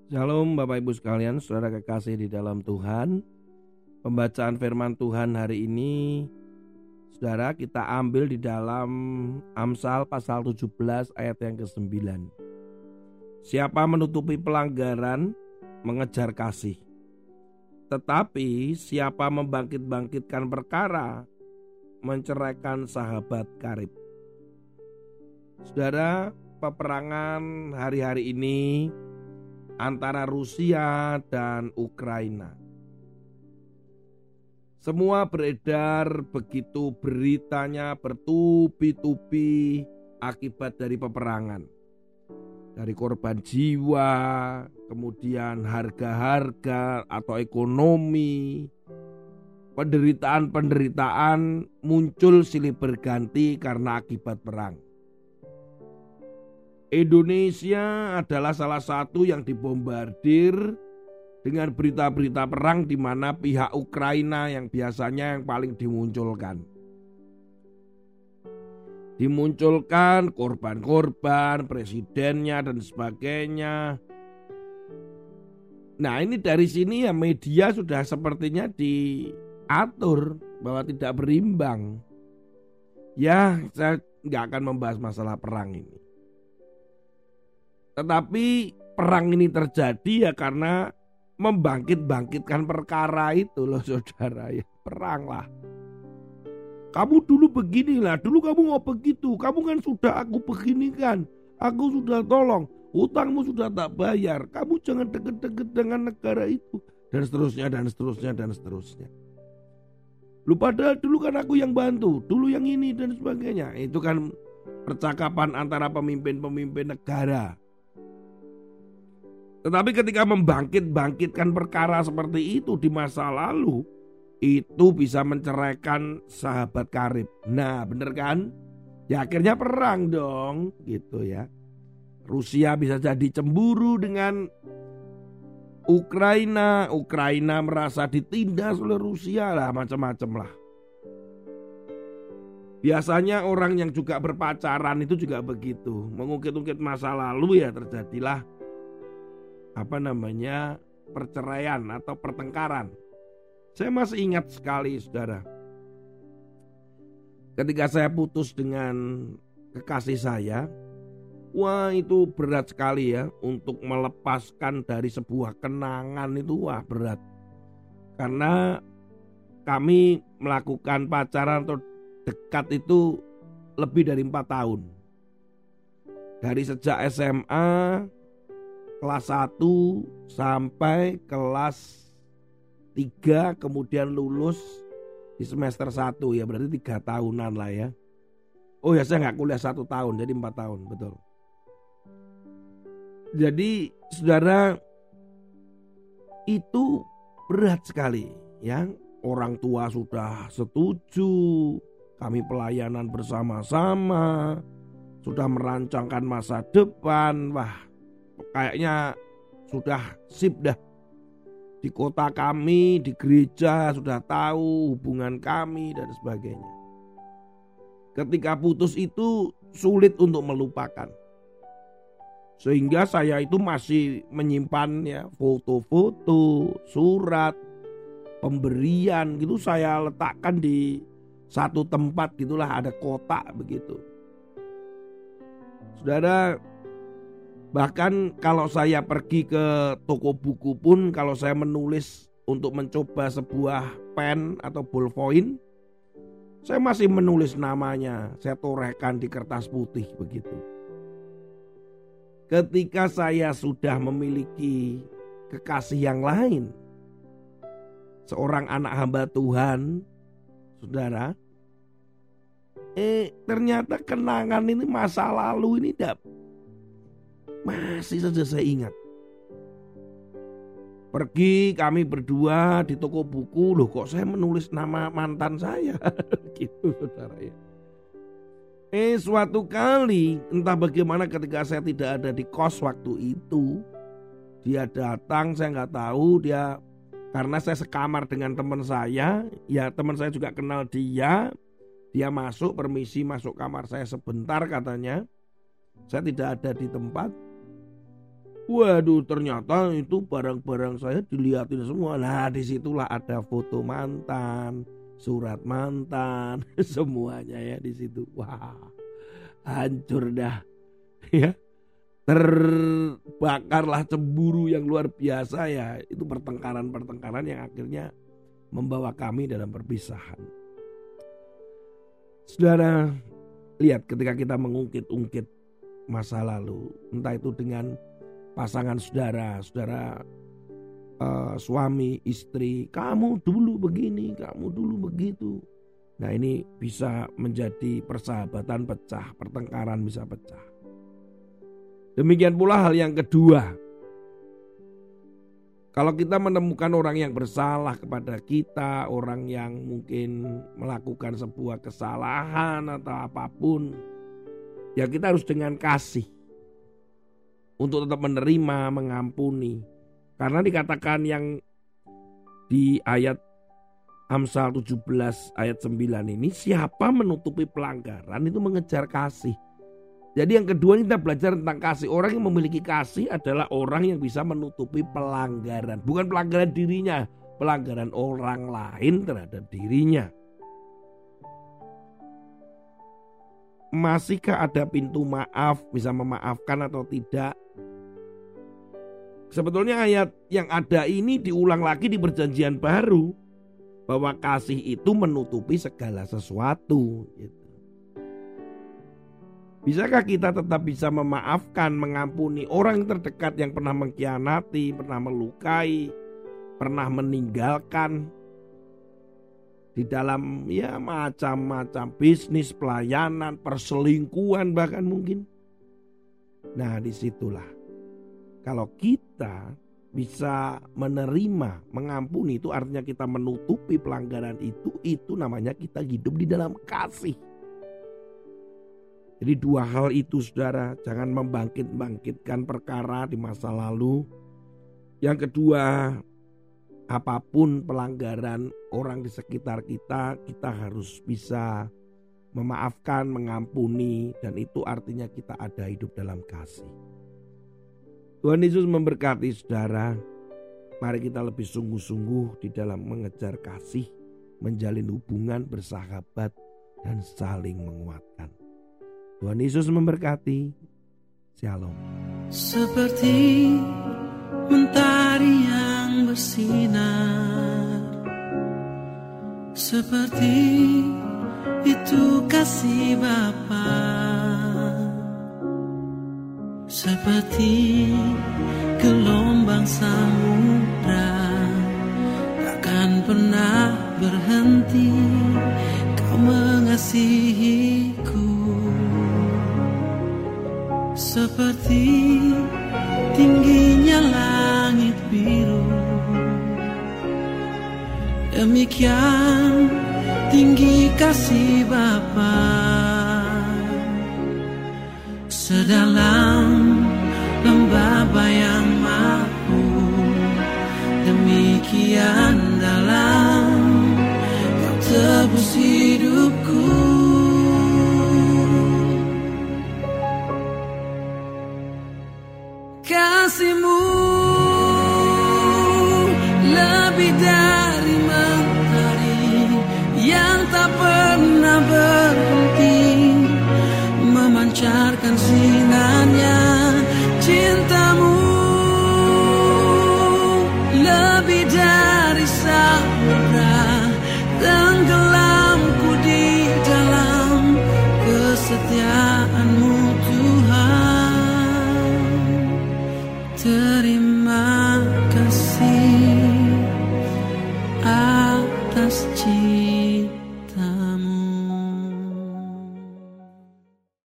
Shalom Bapak Ibu sekalian, saudara kekasih di dalam Tuhan. Pembacaan firman Tuhan hari ini, saudara, kita ambil di dalam Amsal pasal 17 ayat yang ke-9. Siapa menutupi pelanggaran, mengejar kasih. Tetapi siapa membangkit-bangkitkan perkara, menceraikan sahabat karib. Saudara, peperangan hari-hari ini antara Rusia dan Ukraina. Semua beredar begitu beritanya bertubi-tubi akibat dari peperangan. Dari korban jiwa, kemudian harga-harga atau ekonomi, penderitaan-penderitaan muncul silih berganti karena akibat perang. Indonesia adalah salah satu yang dibombardir dengan berita-berita perang, di mana pihak Ukraina yang biasanya yang paling dimunculkan. Dimunculkan korban-korban, presidennya dan sebagainya. Nah, ini dari sini ya media sudah sepertinya diatur bahwa tidak berimbang. Ya, saya nggak akan membahas masalah perang ini. Tetapi perang ini terjadi ya karena membangkit-bangkitkan perkara itu loh saudara ya. Perang lah. Kamu dulu beginilah, dulu kamu mau begitu. Kamu kan sudah aku beginikan. Aku sudah tolong, hutangmu sudah tak bayar. Kamu jangan deket-deket dengan negara itu. Dan seterusnya, dan seterusnya, dan seterusnya. Lu padahal dulu kan aku yang bantu, dulu yang ini dan sebagainya. Itu kan percakapan antara pemimpin-pemimpin negara. Tetapi ketika membangkit-bangkitkan perkara seperti itu di masa lalu, itu bisa menceraikan sahabat karib. Nah, bener kan? Ya akhirnya perang dong, gitu ya. Rusia bisa jadi cemburu dengan Ukraina, Ukraina merasa ditindas oleh Rusia lah, macam-macam lah. Biasanya orang yang juga berpacaran itu juga begitu, mengungkit-ungkit masa lalu ya terjadilah perceraian atau pertengkaran. Saya masih ingat sekali saudara, ketika saya putus dengan kekasih saya, wah itu berat sekali ya, untuk melepaskan dari sebuah kenangan itu wah berat. Karena kami melakukan pacaran atau dekat itu lebih dari 4 tahun. Dari sejak SMA kelas 1 sampai kelas 3, kemudian lulus di semester 1 ya, berarti 3 tahunan lah ya. Oh ya, saya gak kuliah 1 tahun, jadi 4 tahun, betul. Jadi saudara, itu berat sekali ya. Orang tua sudah setuju, kami pelayanan bersama-sama, sudah merancangkan masa depan. Wah, kayaknya sudah sip dah. Di kota kami, di gereja sudah tahu hubungan kami dan sebagainya. Ketika putus itu sulit untuk melupakan. Sehingga saya itu masih menyimpan ya foto-foto, surat, pemberian gitu, saya letakkan di satu tempat gitulah, ada kotak begitu. Saudara, bahkan kalau saya pergi ke toko buku pun, kalau saya menulis untuk mencoba sebuah pen atau ballpoint, saya masih menulis namanya, saya torehkan di kertas putih begitu. Ketika saya sudah memiliki kekasih yang lain, seorang anak hamba Tuhan, saudara, ternyata kenangan ini, masa lalu ini masih saja saya ingat. Pergi kami berdua di toko buku, loh kok saya menulis nama mantan saya gitu saudara ya. Suatu kali entah bagaimana ketika saya tidak ada di kos waktu itu, dia datang, saya nggak tahu dia, karena saya sekamar dengan teman saya, ya teman saya juga kenal dia masuk, permisi masuk kamar saya sebentar katanya. Saya tidak ada di tempat. Waduh, ternyata itu barang-barang saya dilihatin semua. Nah, disitulah ada foto mantan, surat mantan, semuanya ya di situ. Wah, hancur dah. Ya, terbakarlah cemburu yang luar biasa ya. Itu pertengkaran-pertengkaran yang akhirnya membawa kami dalam perpisahan. Saudara, lihat ketika kita mengungkit-ungkit masa lalu, entah itu dengan pasangan saudara, suami, istri, kamu dulu begini, kamu dulu begitu. Nah, ini bisa menjadi persahabatan pecah, pertengkaran bisa pecah. Demikian pula hal yang kedua. Kalau kita menemukan orang yang bersalah kepada kita, orang yang mungkin melakukan sebuah kesalahan atau apapun, ya kita harus dengan kasih untuk tetap menerima, mengampuni. Karena dikatakan yang di ayat Amsal 17 ayat 9 ini, siapa menutupi pelanggaran itu mengejar kasih. Jadi yang kedua kita belajar tentang kasih. Orang yang memiliki kasih adalah orang yang bisa menutupi pelanggaran. Bukan pelanggaran dirinya, pelanggaran orang lain terhadap dirinya. Masihkah ada pintu maaf, bisa memaafkan atau tidak? Sebetulnya ayat yang ada ini diulang lagi di perjanjian baru, bahwa kasih itu menutupi segala sesuatu. Bisakah kita tetap bisa memaafkan, mengampuni orang terdekat yang pernah mengkhianati, pernah melukai, pernah meninggalkan di dalam ya macam-macam bisnis, pelayanan, perselingkuhan bahkan mungkin. Nah, disitulah kalau kita bisa menerima, mengampuni, itu artinya kita menutupi pelanggaran itu namanya kita hidup di dalam kasih. Jadi dua hal itu saudara, jangan membangkit-bangkitkan perkara di masa lalu. Yang kedua, apapun pelanggaran orang di sekitar kita, kita harus bisa memaafkan, mengampuni, dan itu artinya kita ada hidup dalam kasih. Tuhan Yesus memberkati saudara. Mari kita lebih sungguh-sungguh di dalam mengejar kasih, menjalin hubungan, bersahabat, dan saling menguatkan. Tuhan Yesus memberkati. Shalom. Seperti mentari yang bersinar, seperti itu kasih Bapa, seperti gelombang samudra, takkan pernah berhenti Kau mengasihiku. Seperti tingginya langit biru, demikian tinggi kasih Bapa. Sedalam lembah bayang mampu, demikian